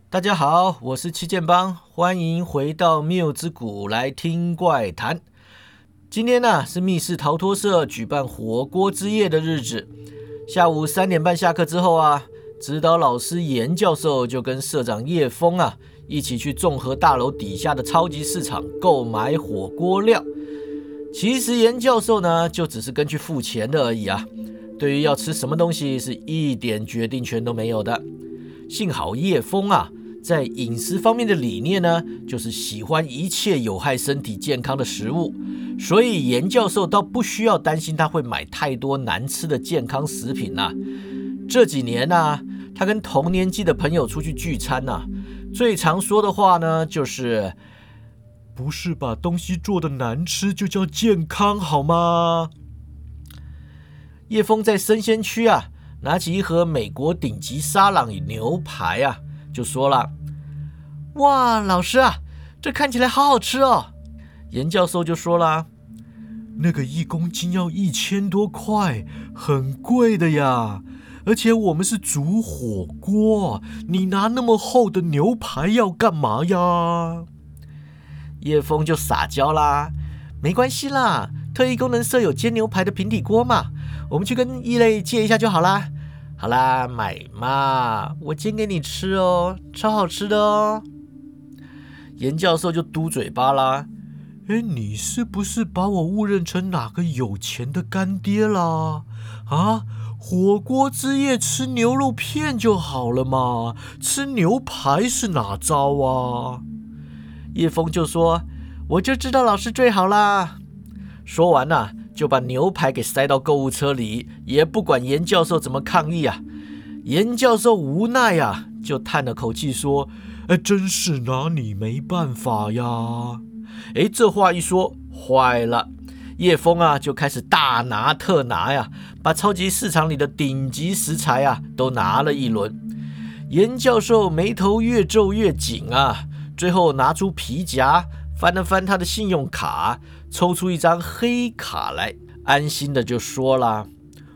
大家好，我是七剑帮，欢迎回到谬之谷来听怪谈。今天是密室逃脱社举办火锅之夜的日子。下午3点半下课之后指导老师严教授就跟社长叶峰一起去综合大楼底下的超级市场购买火锅料。其实严教授呢，就只是跟去付钱的而已对于要吃什么东西是一点决定权都没有的。幸好叶峰在饮食方面的理念呢，就是喜欢一切有害身体健康的食物，所以严教授倒不需要担心他会买太多难吃的健康食品这几年他跟同年纪的朋友出去聚餐最常说的话呢，就是不是把东西做得难吃就叫健康好吗？叶峰在生鲜区拿起一盒美国顶级沙朗牛排就说了：哇，老师这看起来好好吃哦。严教授就说了：那个1公斤要1000多块，很贵的呀。而且我们是煮火锅，你拿那么厚的牛排要干嘛呀？叶峰就撒娇啦：没关系啦，特异功能社有煎牛排的平底锅嘛，我们去跟异类借一下就好啦。好啦，买嘛，我煎给你吃哦，超好吃的哦。严教授就嘟嘴巴啦：你是不是把我误认成哪个有钱的干爹啦？火锅之夜吃牛肉片就好了嘛，吃牛排是哪招叶峰就说：我就知道老师最好啦。说完就把牛排给塞到购物车里，也不管严教授怎么抗议严教授无奈就叹了口气说：真是拿你没办法呀。这话一说坏了，叶峰就开始大拿特拿把超级市场里的顶级食材都拿了一轮。严教授眉头越皱越紧最后拿出皮夹，翻了翻他的信用卡，抽出一张黑卡来，安心的就说啦：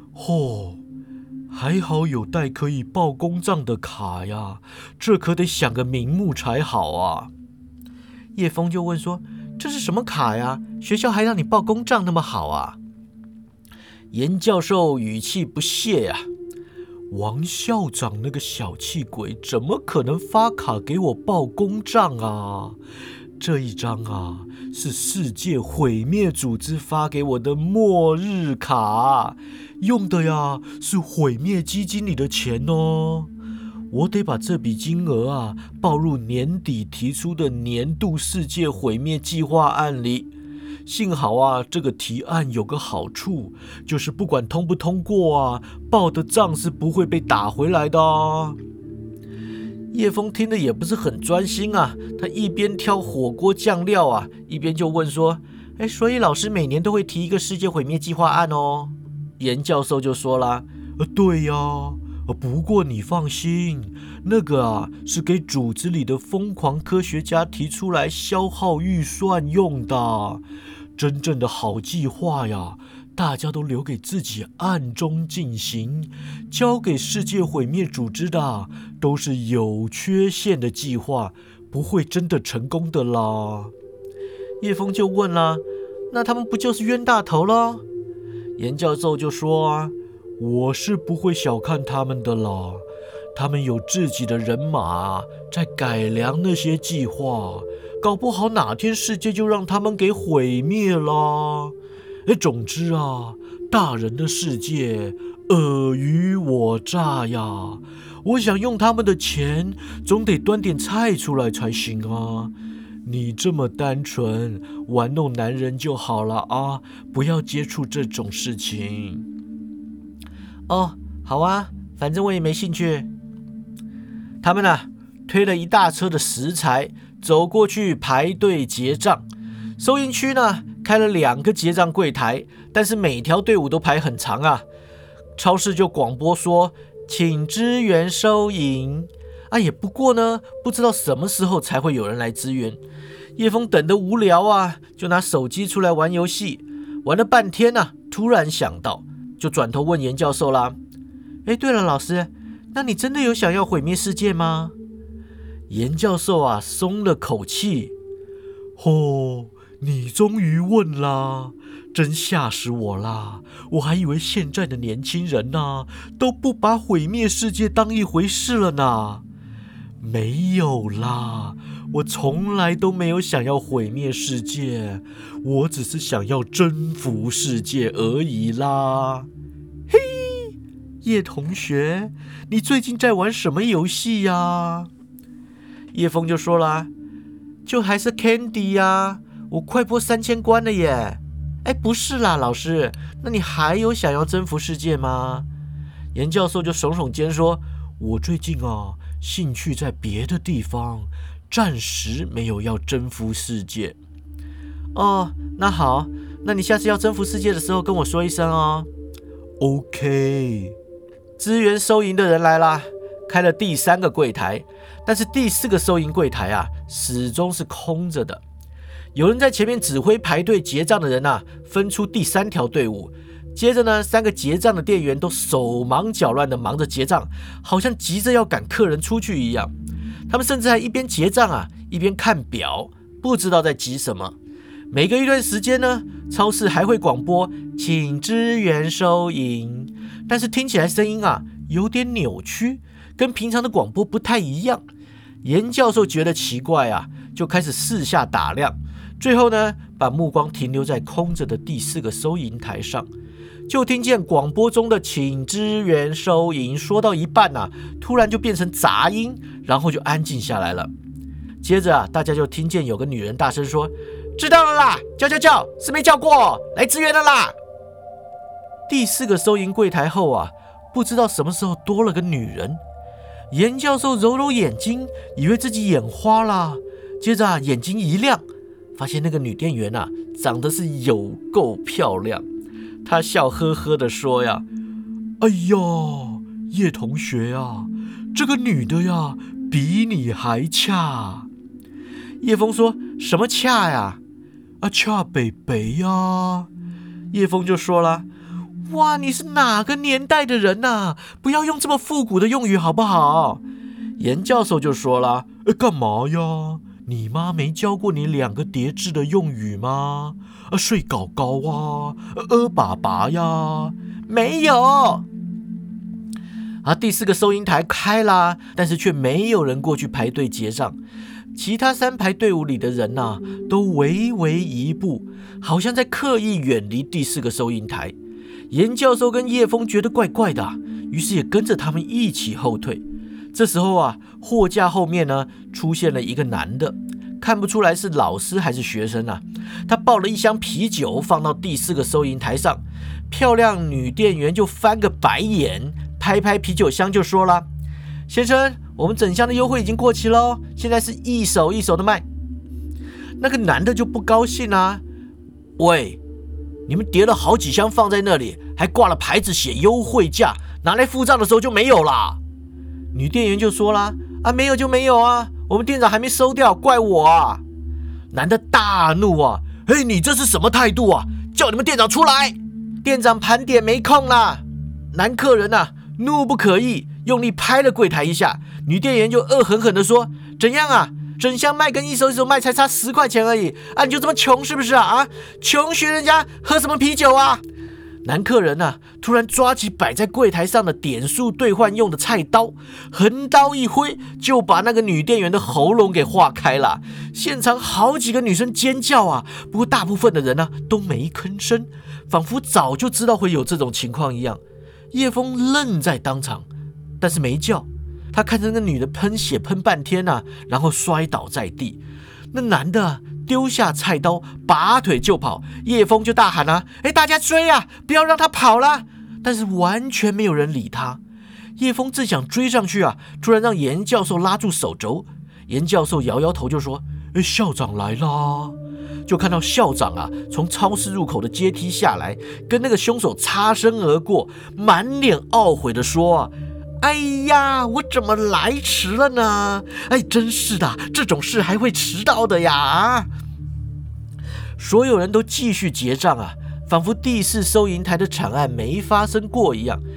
还好有带可以报公账的卡呀，这可得想个名目才好叶峰就问说：这是什么卡呀？学校还让你报公账那么好严教授语气不屑王校长那个小气鬼怎么可能发卡给我报公账这一张是世界毁灭组织发给我的末日卡，用的是毁灭基金里的钱哦。我得把这笔金额报入年底提出的年度世界毁灭计划案里。幸好这个提案有个好处，就是不管通不通过报的账是不会被打回来的叶峰听得也不是很专心他一边挑火锅酱料一边就问说：所以老师每年都会提一个世界毁灭计划案哦？严教授就说啦：对呀，不过你放心，那个是给组织里的疯狂科学家提出来消耗预算用的。真正的好计划大家都留给自己暗中进行，交给世界毁灭组织的都是有缺陷的计划，不会真的成功的啦。叶峰就问啦：那他们不就是冤大头了？严教授就说我是不会小看他们的啦，他们有自己的人马在改良那些计划，搞不好哪天世界就让他们给毁灭啦。总之大人的世界尔虞我诈呀，我想用他们的钱，总得端点菜出来才行你这么单纯，玩弄男人就好了不要接触这种事情。好反正我也没兴趣。他们推了一大车的食材，走过去排队结账。收银区开了2个结账柜台，但是每条队伍都排很长超市就广播说：请支援收银也不过呢，不知道什么时候才会有人来支援。叶峰等得无聊就拿手机出来玩游戏，玩了半天突然想到，就转头问严教授啦：对了，老师，那你真的有想要毁灭世界吗？ 严教授啊松了口气，你终于问啦，真吓死我啦！我还以为现在的年轻人啊都不把毁灭世界当一回事了呢。没有啦，我从来都没有想要毁灭世界，我只是想要征服世界而已啦。嘿，叶同学，你最近在玩什么游戏呀？叶枫就说啦，就还是 Candy 呀，我快破3000关了耶。不是啦，老师，那你还有想要征服世界吗？严教授就耸耸肩说，我最近啊兴趣在别的地方，暂时没有要征服世界。哦，那好，那你下次要征服世界的时候跟我说一声哦。OK。资源收银的人来啦，开了第3个柜台，但是第4个收银柜台啊始终是空着的。有人在前面指挥排队结账的人啊分出第3条队伍，接着呢3个结账的店员都手忙脚乱的忙着结账，好像急着要赶客人出去一样。他们甚至还一边结账啊一边看表，不知道在急什么。每隔一段时间呢，超市还会广播请支援收银，但是听起来声音啊有点扭曲，跟平常的广播不太一样。严教授觉得奇怪啊，就开始四下打量，最后呢把目光停留在空着的第4个收银台上，就听见广播中的请支援收银说到一半啊，突然就变成杂音，然后就安静下来了。接着啊，大家就听见有个女人大声说，知道了啦，叫，是没叫过，来支援了啦。第4个收银柜台后啊，不知道什么时候多了个女人。严教授揉揉眼睛，以为自己眼花啦，接着啊眼睛一亮，发现那个女店员啊长得是有够漂亮。她笑呵呵地说呀，哎呀，叶同学啊，这个女的呀比你还恰。叶枫说，什么恰呀？恰北北呀。叶枫就说了，哇，你是哪个年代的人啊？不要用这么复古的用语好不好？严教授就说了，干嘛呀？你妈没教过你2个叠字的用语吗？睡搞搞啊，爸爸呀，没有。第4个收银台开啦，但是却没有人过去排队结账。其他3排队伍里的人啊，都微微一步，好像在刻意远离第4个收银台。严教授跟叶枫觉得怪怪的，于是也跟着他们一起后退。这时候啊，货架后面呢出现了一个男的，看不出来是老师还是学生啊。他抱了一箱啤酒放到第4个收银台上，漂亮女店员就翻个白眼，拍拍啤酒箱就说了，先生，我们整箱的优惠已经过期咯，现在是一手一手的卖。那个男的就不高兴啊，喂，你们叠了好几箱放在那里，还挂了牌子写优惠价，拿来付账的时候就没有啦。女店员就说啦，没有就没有啊，我们店长还没收掉，怪我啊。男的大怒啊，你这是什么态度啊？叫你们店长出来。店长盘点没空啦。男客人啊怒不可遏，用力拍了柜台一下。女店员就恶狠狠地说，怎样啊，整箱卖跟一手一手卖才差10块钱而已啊，你就这么穷是不是啊？穷学人家喝什么啤酒啊？男客人啊突然抓起摆在柜台上的点数兑换用的菜刀，横刀一挥，就把那个女店员的喉咙给划开了。现场好几个女生尖叫啊，不过大部分的人呢都没吭声，仿佛早就知道会有这种情况一样。叶枫愣在当场，但是没叫。他看着那个女的喷血喷半天啊，然后摔倒在地。那男的丢下菜刀，拔腿就跑。叶枫就大喊啊，大家追啊，不要让他跑啦！但是完全没有人理他。叶枫正想追上去啊，突然让严教授拉住手肘。严教授摇摇头就说，校长来啦。就看到校长啊从超市入口的阶梯下来，跟那个凶手擦身而过，满脸懊悔的说，哎呀，我怎么来迟了呢？真是的，这种事还会迟到的呀！所有人都继续结账啊，仿佛第4收银台的惨案没发生过一样。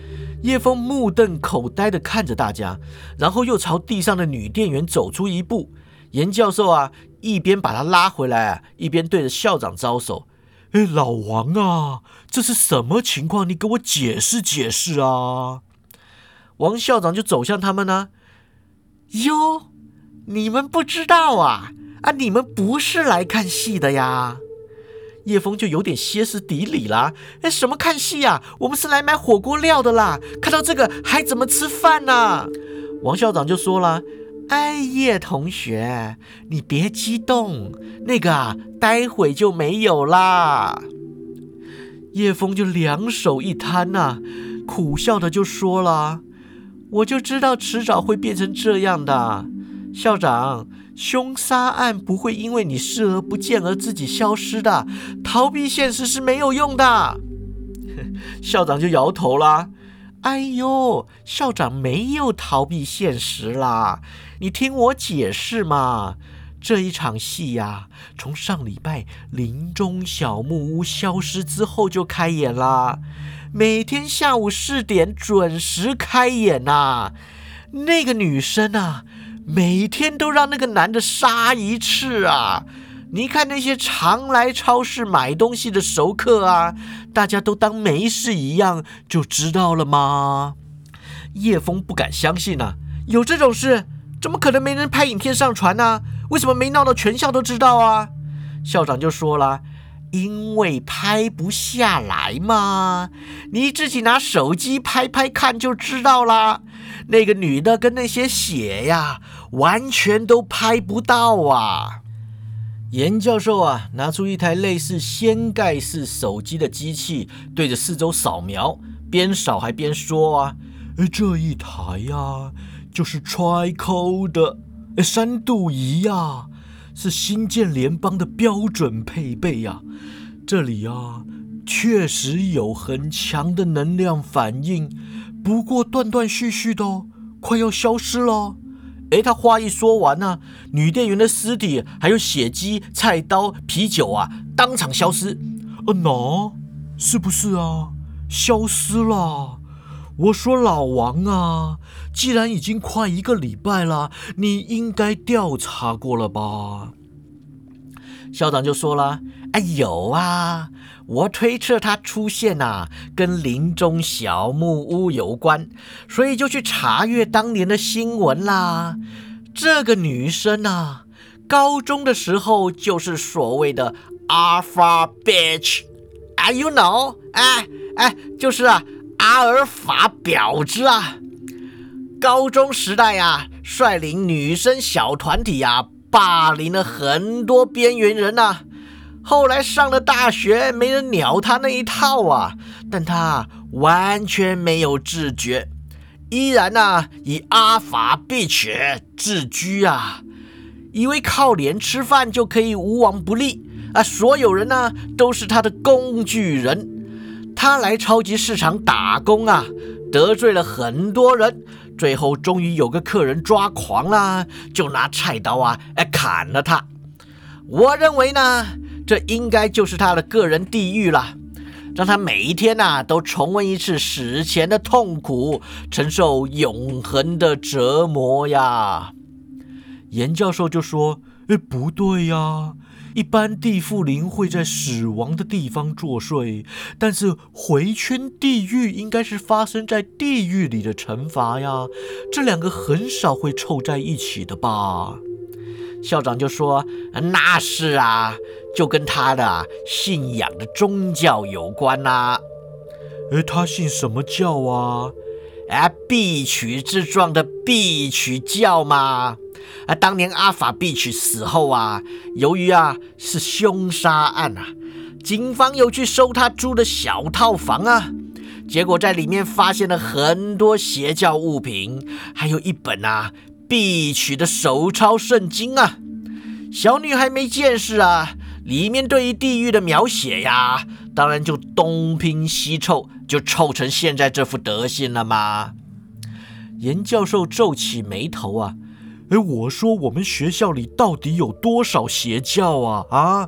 叶枫目瞪口呆地看着大家，然后又朝地上的女店员走出一步。严教授啊，一边把他拉回来啊，一边对着校长招手：“老王啊，这是什么情况？你给我解释解释啊！”王校长就走向他们呢。哟，你们不知道啊？你们不是来看戏的呀？叶枫就有点歇斯底里啦。什么看戏啊？我们是来买火锅料的啦！看到这个还怎么吃饭呢？王校长就说了：“叶同学，你别激动，那个啊，待会就没有啦。”叶枫就两手一摊啊，苦笑的就说了：“我就知道迟早会变成这样的。校长，凶杀案不会因为你视而不见而自己消失的，逃避现实是没有用的。”校长就摇头啦：“哎呦，校长没有逃避现实啦，你听我解释嘛。这一场戏呀，从上礼拜林中小木屋消失之后就开演啦，每天下午4点准时开演啊。那个女生啊，每天都让那个男的杀一次啊。你看那些常来超市买东西的熟客啊，大家都当没事一样，就知道了吗？”叶枫不敢相信啊，有这种事？怎么可能没人拍影片上传啊？为什么没闹到全校都知道啊？校长就说了：“因为拍不下来嘛，你自己拿手机拍拍看就知道啦。那个女的跟那些血呀，完全都拍不到啊。”严教授啊，拿出一台类似掀盖式手机的机器，对着四周扫描，边扫还边说啊：“这一台呀，就是 Trico 的3度仪呀，是新建联邦的标准配备呀。这里啊，确实有很强的能量反应，不过断断续续的哦，快要消失了。”他话一说完呢，女店员的尸体还有血迹、菜刀、啤酒啊，当场消失。是不是啊？消失了？我说老王啊，既然已经快1个礼拜了，你应该调查过了吧？校长就说了：“有啊，我推测他出现啊，跟林中小木屋有关，所以就去查阅当年的新闻啦。这个女生啊，高中的时候就是所谓的 Alpha Bitch，you know， 就是啊，阿尔法婊子啊。高中时代啊，率领女生小团体啊，霸凌了很多边缘人啊。后来上了大学，没人鸟他那一套啊，但他完全没有自觉，依然啊以阿法bitch自居啊，以为靠脸吃饭就可以无往不利啊，所有人呢都是他的工具人。他来超级市场打工啊，得罪了很多人，最后终于有个客人抓狂啦，就拿菜刀啊砍了他。我认为呢，这应该就是他的个人地狱了，让他每一天啊都重温一次死前的痛苦，承受永恒的折磨呀。严教授就说：“不对呀，一般地缚灵会在死亡的地方作祟，但是回圈地狱应该是发生在地狱里的惩罚呀，这两个很少会凑在一起的吧？”校长就说：“那是啊，就跟他的信仰的宗教有关啦。”他信什么教啊？必取之状的必取教嘛。当年阿法必取死后啊，由于啊是凶杀案啊，警方有去搜他租的小套房啊，结果在里面发现了很多邪教物品，还有一本啊必取的手抄圣经啊。小女孩没见识啊，里面对于地狱的描写呀，当然就东拼西凑，就凑成现在这副德行了嘛。严教授皱起眉头啊，我说我们学校里到底有多少邪教啊？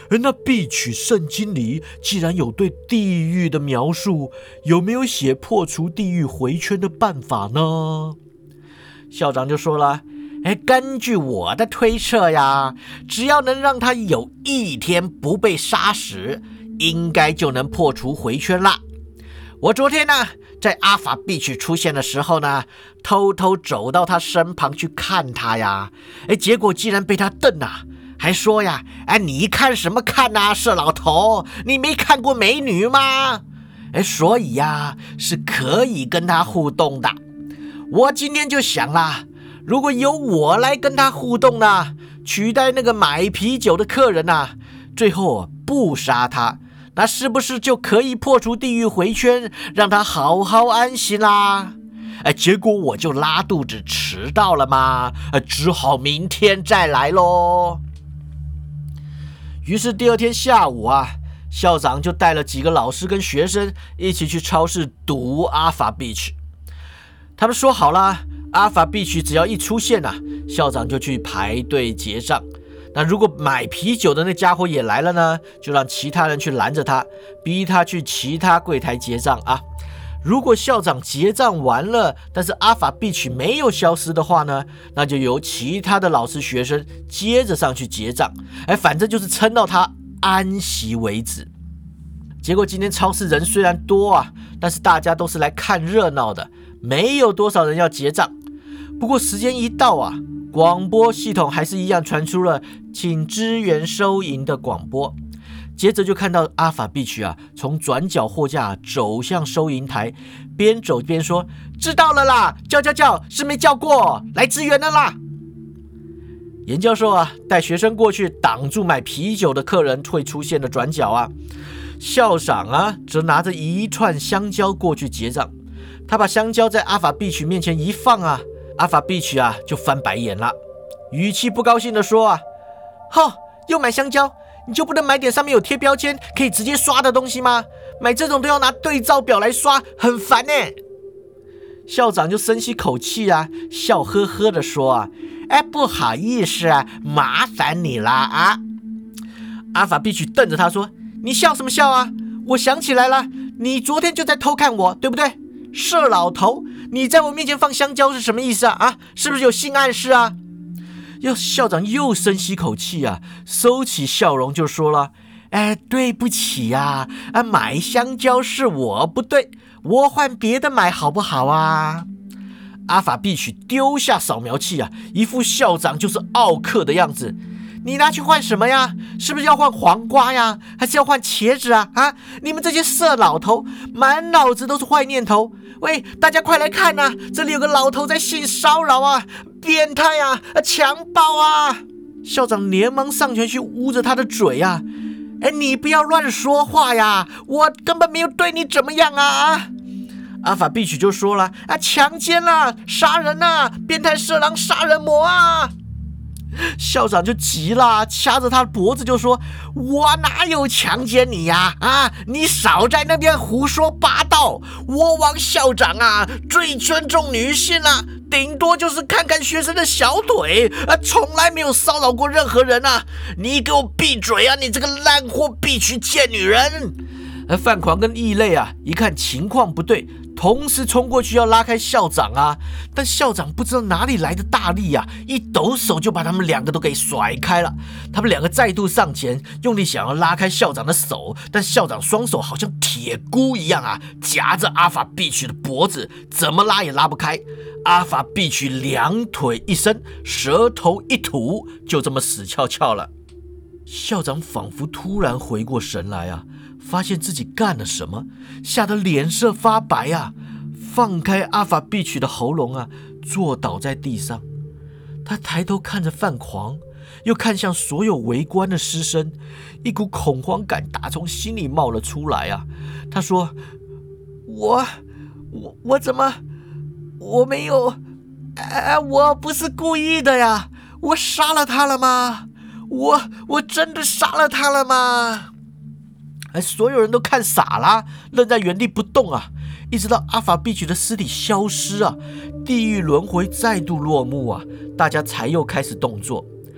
那必曲圣经里既然有对地狱的描述，有没有写破除地狱回圈的办法呢？校长就说了，根据我的推测呀，只要能让他有一天不被杀死，应该就能破除回圈啦。我昨天呢，在阿法必曲出现的时候呢，偷偷走到他身旁去看他呀，结果竟然被他瞪啊，还说呀，你看什么看啊，色老头，你没看过美女吗？所以呀，是可以跟他互动的。我今天就想啦，如果由我来跟他互动呢，取代那个买啤酒的客人啊，最后不杀他，那是不是就可以破除地狱回圈，让他好好安息啦？结果我就拉肚子迟到了嘛，只好明天再来咯。于是第二天下午啊，校长就带了几个老师跟学生一起去超市赌阿法必曲。他们说好了，阿法必曲只要一出现啊，校长就去排队结账。那如果买啤酒的那家伙也来了呢，就让其他人去拦着他，逼他去其他柜台结账啊。如果校长结账完了，但是阿法必曲没有消失的话呢，那就由其他的老师学生接着上去结账，反正就是撑到他安息为止。结果今天超市人虽然多啊，但是大家都是来看热闹的，没有多少人要结账。不过时间一到啊，广播系统还是一样传出了请支援收银的广播。接着就看到阿法必曲啊，从转角货架走向收银台，边走边说：“知道了啦，叫，是没叫过，来支援了啦。”严教授啊，带学生过去挡住买啤酒的客人会出现的转角啊。校长啊，则拿着一串香蕉过去结账。他把香蕉在阿法必曲面前一放啊，阿法必曲啊就翻白眼了，语气不高兴地说啊：“又买香蕉？你就不能买点上面有贴标签可以直接刷的东西吗？买这种都要拿对照表来刷，很烦欸。”校长就深吸口气啊，笑呵呵地说啊：“不好意思啊，麻烦你啦啊。”阿法必曲瞪着他说：“你笑什么笑啊？我想起来了，你昨天就在偷看我，对不对？色老头，你在我面前放香蕉是什么意思啊？是不是有性暗示啊？”校长又深吸口气啊，收起笑容就说了：“对不起啊，买香蕉是我不对，我换别的买好不好啊？”阿法必曲丢下扫描器啊，一副校长就是奥客的样子。你拿去换什么呀？是不是要换黄瓜呀？还是要换茄子啊？你们这些色老头，满脑子都是坏念头。喂，大家快来看啊，这里有个老头在性骚扰啊，变态啊，强暴啊！校长连忙上前去捂着他的嘴啊。你不要乱说话呀，我根本没有对你怎么样啊！阿法必曲就说了：“强奸啦，杀人啊，变态色狼杀人魔啊！”校长就急了，掐着他的脖子就说：“我哪有强奸你呀？你少在那边胡说八道！我王校长啊，最尊重女性了，顶多就是看看学生的小腿，从来没有骚扰过任何人啊！你给我闭嘴啊！你这个烂货必须见女人！”范狂跟异类啊，一看情况不对，同时冲过去要拉开校长啊，但校长不知道哪里来的大力啊，一抖手就把他们两个都给甩开了。他们两个再度上前，用力想要拉开校长的手，但校长双手好像铁箍一样啊，夹着阿法必曲的脖子，怎么拉也拉不开。阿法必曲两腿一伸，舌头一吐，就这么死翘翘了。校长仿佛突然回过神来啊，发现自己干了什么，吓得脸色发白啊，放开阿法必曲的喉咙啊，坐倒在地上。他抬头看着范狂，又看向所有围观的师生，一股恐慌感打从心里冒了出来啊。他说：“我怎么，我没有，我不是故意的呀，我杀了他了吗？我真的杀了他了吗？”所有人都看傻了，愣在原地不动啊，一直到阿法必曲的尸体消失啊，地狱轮回再度落幕啊，大家才又开始动作。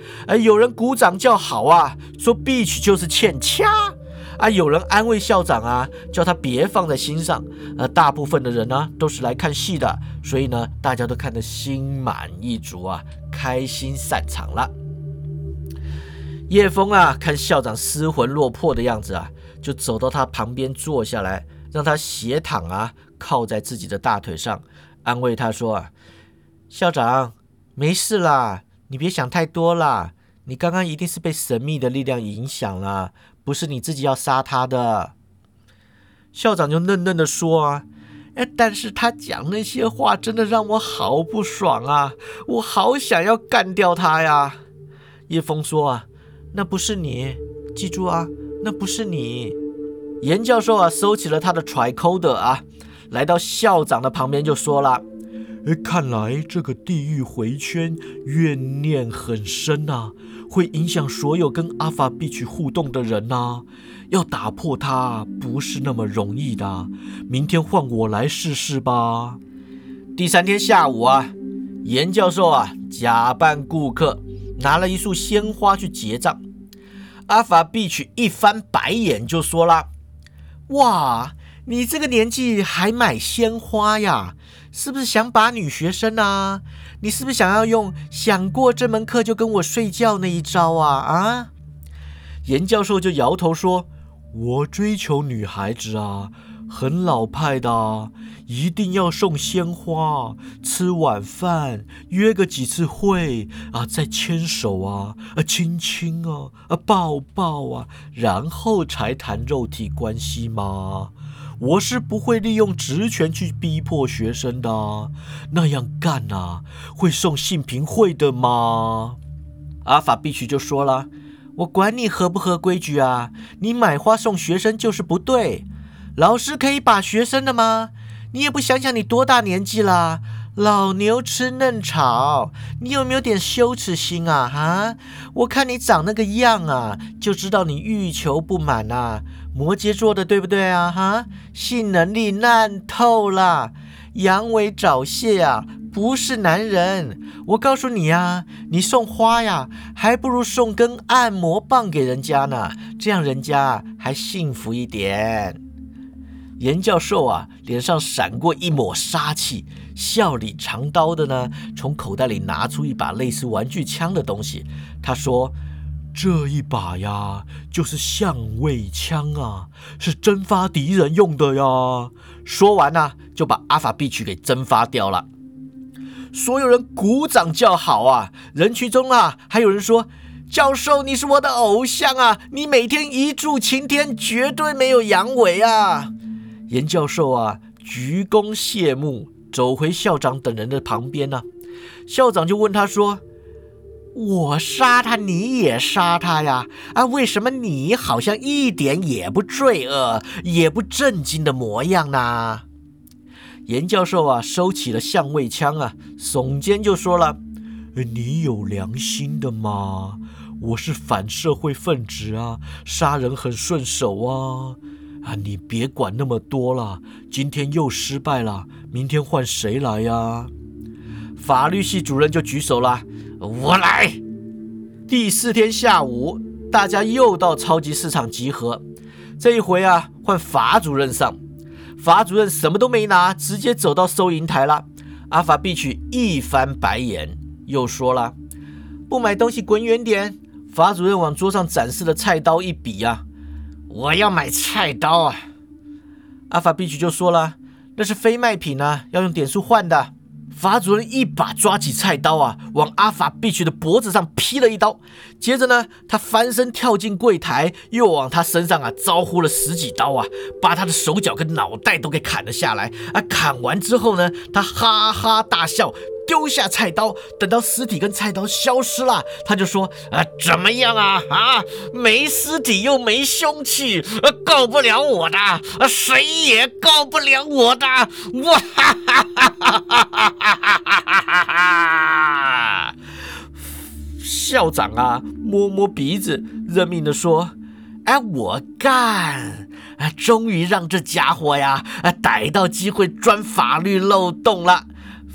有人鼓掌叫好啊，说 Beach 就是欠掐有人安慰校长啊，叫他别放在心上。大部分的人呢都是来看戏的，所以呢大家都看得心满意足啊，开心散场了。叶枫啊看校长失魂落魄的样子啊，就走到他旁边坐下来，让他斜躺啊，靠在自己的大腿上，安慰他说啊，校长没事啦，你别想太多啦，你刚刚一定是被神秘的力量影响了，不是你自己要杀他的。校长就嫩嫩的说啊，但是他讲那些话真的让我好不爽啊，我好想要干掉他呀。叶枫说啊，那不是你，记住啊，那不是你。严教授啊收起了他的 tricorder 啊，来到校长的旁边就说了，看来这个地狱回圈怨念很深啊，会影响所有跟 Alpha Beach 互动的人啊，要打破它不是那么容易的，明天换我来试试吧。第3天下午啊，严教授啊假扮顾客，拿了一束鲜花去结账。Alpha Beach 一翻白眼就说了，哇，你这个年纪还买鲜花呀？是不是想把女学生啊？你是不是想要用想过这门课就跟我睡觉那一招啊？严教授就摇头说，我追求女孩子啊，很老派的啊，一定要送鲜花，吃晚饭，约个几次会啊，再牵手啊，亲亲啊，抱抱啊，然后才谈肉体关系嘛。我是不会利用职权去逼迫学生的啊，那样干啊，会送性平会的吗？Alpha Beach就说了，我管你合不合规矩啊，你买花送学生就是不对。老师可以把学生的吗？你也不想想你多大年纪啦，老牛吃嫩草，你有没有点羞耻心啊？我看你长那个样啊，就知道你欲求不满啊，摩羯座的对不对啊？性能力烂透了，阳痿早泄啊，不是男人。我告诉你啊，你送花呀，还不如送根按摩棒给人家呢，这样人家还幸福一点。严教授啊，脸上闪过一抹杀气，笑里藏刀的呢，从口袋里拿出一把类似玩具枪的东西。他说，这一把呀，就是相位枪啊，是蒸发敌人用的呀。说完啊，就把 Alpha Beach 给蒸发掉了。所有人鼓掌叫好啊，人群中啊，还有人说，教授你是我的偶像啊，你每天一柱擎天，绝对没有阳痿啊。严教授啊，鞠躬谢幕，走回校长等人的旁边啊。校长就问他说，我杀他你也杀他呀？为什么你好像一点也不罪恶也不震惊的模样呢？严教授啊收起了相位枪啊，耸肩就说了，你有良心的吗？我是反社会分子啊，杀人很顺手啊，你别管那么多了，今天又失败了，明天换谁来呀？法律系主任就举手了，我来。第4天下午，大家又到超级市场集合，这一回啊，换法主任上。法主任什么都没拿，直接走到收银台了。Alpha Beach一翻白眼，又说了，不买东西滚远点。法主任往桌上展示的菜刀一比啊，我要买菜刀啊。Alpha Beach就说了，那是非卖品啊，要用点数换的。法主任一把抓起菜刀啊，往Alpha Beach的脖子上劈了一刀。接着呢，他翻身跳进柜台，又往他身上啊招呼了10几刀啊，把他的手脚跟脑袋都给砍了下来啊。砍完之后呢，他哈哈大笑，丢下菜刀。等到尸体跟菜刀消失了，他就说怎么样啊？没尸体又没凶器，告不了我的，谁也告不了我的。哇哈哈哈哈哈哈哈！校长啊，摸摸鼻子，认命的说：“我干！终于让这家伙呀逮到机会钻法律漏洞了。”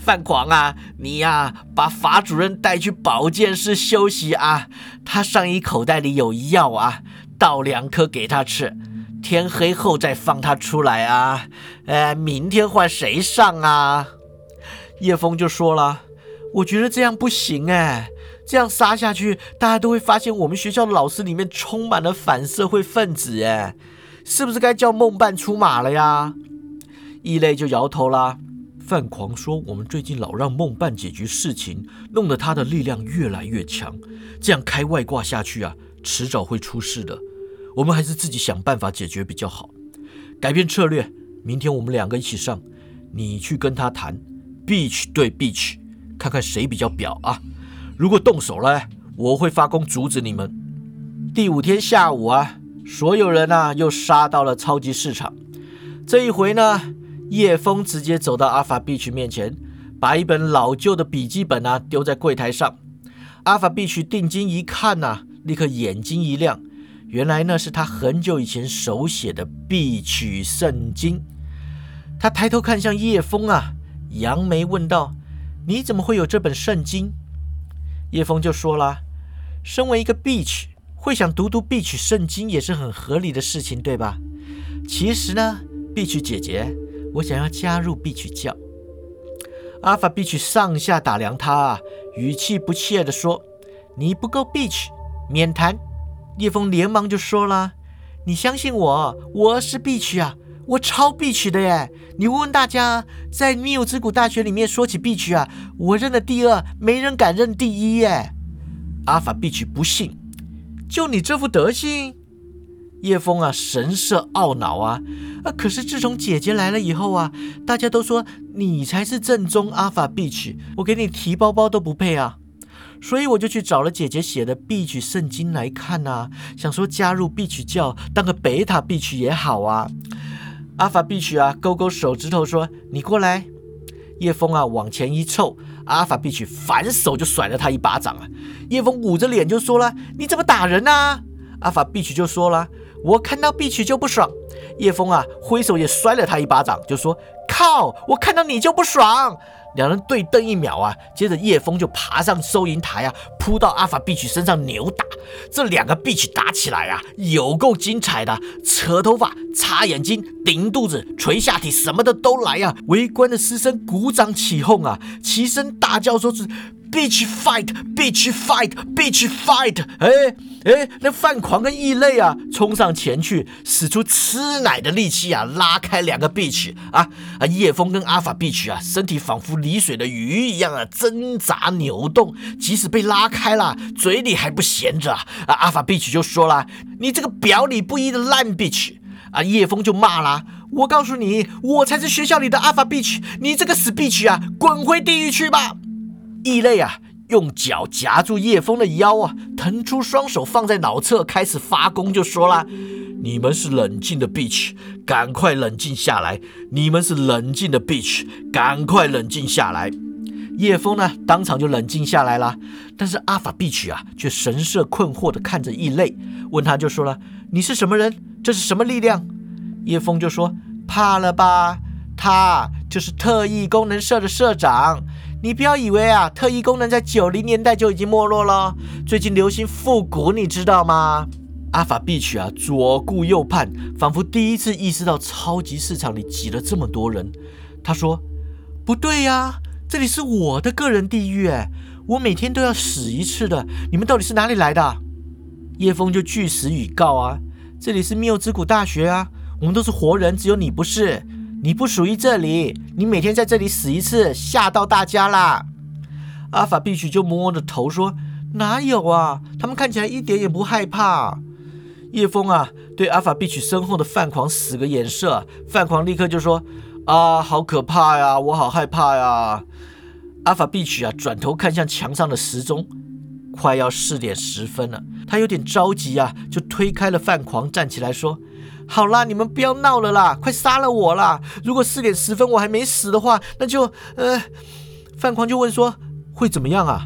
范狂啊，你呀，把法主任带去保健室休息啊，他上衣口袋里有药啊，倒2颗给他吃，天黑后再放他出来啊，明天换谁上啊？叶枫就说了，我觉得这样不行这样杀下去，大家都会发现我们学校的老师里面充满了反社会分子是不是该叫梦伴出马了呀？异类就摇头啦。范狂说，我们最近老让梦伴解决事情，弄得他的力量越来越强，这样开外挂下去啊，迟早会出事的。我们还是自己想办法解决比较好。改变策略，明天我们2个一起上，你去跟他谈 Beach 对 Beach， 看看谁比较表啊。如果动手了，我会发功阻止你们。第5天下午啊，所有人啊又杀到了超级市场。这一回呢，叶枫直接走到 Alpha Beach 面前，把一本老旧的笔记本啊丢在柜台上。Alpha Beach 定睛一看啊，立刻眼睛一亮，原来那是他很久以前手写的必取圣经。他抬头看向叶枫啊，扬眉问道：你怎么会有这本圣经？叶枫就说了，身为一个 Beach， 会想读 Beach 圣经也是很合理的事情，对吧？其实呢，Beach 姐姐，我想要加入 Beach 教。Alpha Beach 上下打量他啊，语气不屑地说：你不够 Beach， 免谈。叶枫连忙就说了：你相信我，我是 Beach 啊，我超 Beach 的耶！你问问大家，在缪之谷大学里面说起 Beach 啊，我认了第2，没人敢认第1耶。Alpha Beach 不信，就你这副德行？叶枫啊，神色懊恼啊，可是自从姐姐来了以后啊，大家都说你才是正宗 Alpha Beach， 我给你提包包都不配啊。所以我就去找了姐姐写的 Beach 圣经来看啊，想说加入 Beach 教，当个贝塔 Beach 也好啊。Alpha Beach 啊，勾勾手指头说：你过来。叶枫啊，往前一凑，Alpha Beach 反手就甩了他一巴掌啊。叶枫捂着脸就说了：你怎么打人啊？ Alpha Beach 就说了：我看到 Beach 就不爽。叶枫啊，挥手也摔了他一巴掌，就说：靠，我看到你就不爽。2人对瞪1秒啊，接着叶枫就爬上收银台啊，扑到 Alpha Beach 身上扭打。这2个 Beach 打起来啊，有够精彩的，扯头发、擦眼睛、顶肚子、捶下体，什么的都来啊！围观的师生鼓掌起哄啊，齐声大叫说是 Beach fight Beach fight Beach fight。 那范狂跟异类啊冲上前去，使出吃奶的力气啊，拉开2个 Beach 啊。叶枫跟 Alpha Beach 啊，身体仿佛离水的鱼一样啊，挣扎扭动，即使被拉开了，嘴里还不闲着啊。Alpha Beach 就说了：你这个表里不一的烂 Beach。叶枫就骂啦：我告诉你，我才是学校里的 Alpha Beach， 你这个死 Beach 啊，滚回地狱去吧！异类啊，用脚夹住叶枫的腰啊，腾出双手放在脑侧，开始发功，就说啦：你们是冷静的 Beach， 赶快冷静下来！你们是冷静的 Beach， 赶快冷静下来！叶枫呢，当场就冷静下来了。但是 Alpha Beach 啊，却神色困惑地看着异类，问他就说了：你是什么人？这是什么力量？叶枫就说：怕了吧，他就是特异功能社的社长。你不要以为啊，特异功能在90年代就已经没落了，最近流行复古，你知道吗？Alpha Beach 啊，左顾右盼，仿佛第一次意识到超级市场里挤了这么多人。他说：不对呀，这里是我的个人地狱我每天都要死一次的，你们到底是哪里来的？叶枫就据实以告啊，这里是缪之谷大学啊，我们都是活人，只有你不是，你不属于这里，你每天在这里死一次，吓到大家啦。Alpha Beach 就摸着头说：哪有啊，他们看起来一点也不害怕。叶枫啊，对 Alpha Beach 身后的范狂使个眼色，范狂立刻就说：啊，好可怕呀，我好害怕呀。Alpha Beach 啊，转头看向墙上的时钟，快要4点10分了，他有点着急啊，就推开了范狂，站起来说：好啦，你们不要闹了啦，快杀了我啦！如果4点10分我还没死的话，那就……范狂就问说：会怎么样啊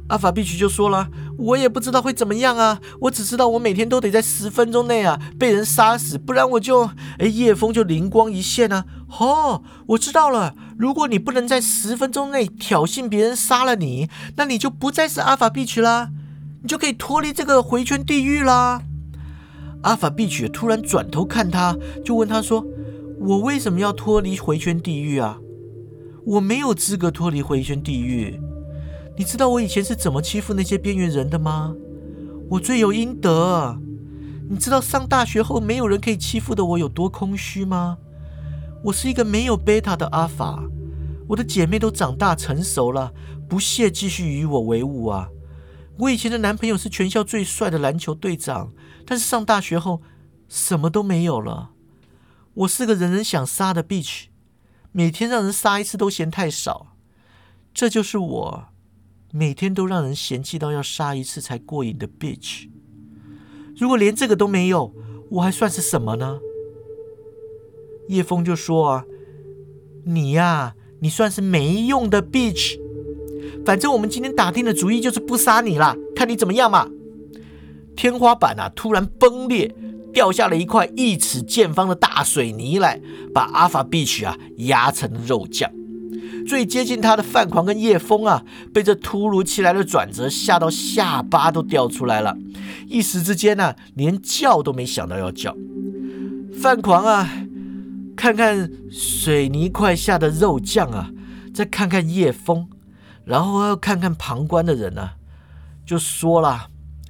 阿法必须就说了，我也不知道会怎么样啊，我只知道我每天都得在10分钟内啊被人杀死，不然我就……叶枫就灵光一现啊，我知道了，如果你不能在10分钟内挑衅别人杀了你，那你就不再是阿法必须啦，你就可以脱离这个回圈地狱啦。阿法必须突然转头看他，就问他说，我为什么要脱离回圈地狱啊？我没有资格脱离回圈地狱。你知道我以前是怎么欺负那些边缘人的吗？我罪有应得。你知道上大学后没有人可以欺负的我有多空虚吗？我是一个没有贝塔的阿法，我的姐妹都长大成熟了，不屑继续与我为伍啊。我以前的男朋友是全校最帅的篮球队长，但是上大学后什么都没有了。我是个人人想杀的 bitch， 每天让人杀一次都嫌太少。这就是我每天都让人嫌弃到要杀一次才过瘾的 bitch。 如果连这个都没有，我还算是什么呢？叶枫就说啊，你呀，你算是没用的 bitch。 反正我们今天打定的主意就是不杀你啦，看你怎么样嘛。天花板啊突然崩裂，掉下了一块1尺见方的大水泥来，把阿法 bitch 啊压成了肉酱。最接近他的范狂跟叶枫啊，被这突如其来的转折吓到下巴都掉出来了，一时之间啊，连叫都没想到要叫。范狂啊，看看水泥块下的肉酱啊，再看看叶枫，然后又看看旁观的人啊，就说了：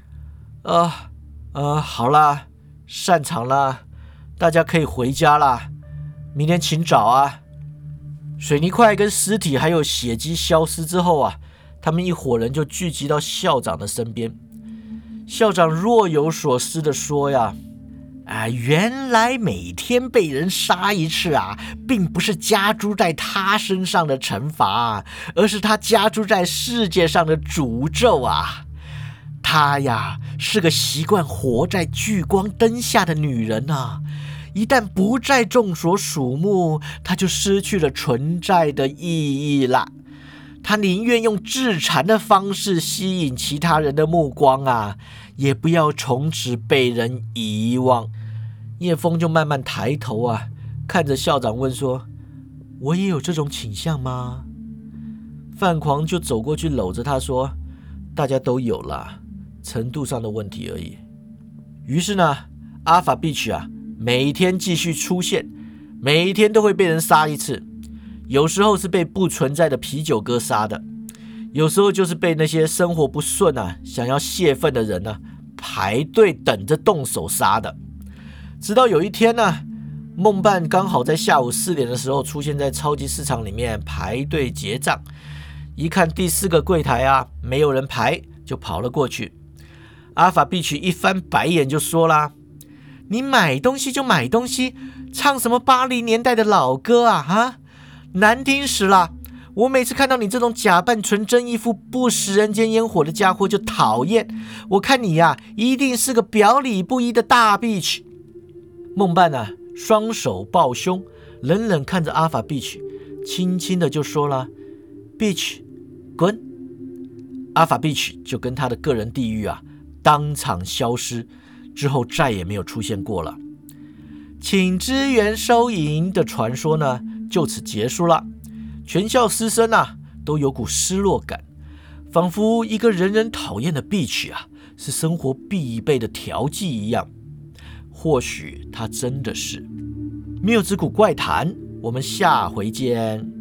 好啦，散场啦，大家可以回家啦，明天请早啊。水泥块跟尸体还有血迹消失之后啊，他们一伙人就聚集到校长的身边。校长若有所思地说呀：原来每天被人杀一次啊，并不是加诸在他身上的惩罚，而是他加诸在世界上的诅咒啊。她呀，是个习惯活在聚光灯下的女人啊。一旦不再众所瞩目，他就失去了存在的意义了。他宁愿用自残的方式吸引其他人的目光啊，也不要从此被人遗忘。叶枫就慢慢抬头啊，看着校长问说：我也有这种倾向吗？范狂就走过去搂着他说：大家都有啦，程度上的问题而已。于是呢，阿法 bitch 啊每天继续出现，每天都会被人杀一次。有时候是被不存在的啤酒哥杀的，有时候就是被那些生活不顺啊想要泄愤的人排队等着动手杀的。直到有一天梦伴刚好在下午4点的时候出现在超级市场里面排队结账，一看第4个柜台没有人排，就跑了过去。阿法 bitch 一翻白眼就说啦：你买东西就买东西，唱什么80年代的老歌啊难听死了！我每次看到你这种假扮纯真一副不食人间烟火的家伙就讨厌。我看你一定是个表里不一的大 bitch。 梦伴双手抱胸，冷冷看着阿法 bitch， 轻轻的就说了： bitch 滚。阿法 bitch 就跟他的个人地狱当场消失，之后再也没有出现过了。请支援收银的传说呢就此结束了。全校师生都有股失落感，仿佛一个人人讨厌的 bitch 是生活必备的调剂一样。或许他真的是。谬之谷怪谈，我们下回见。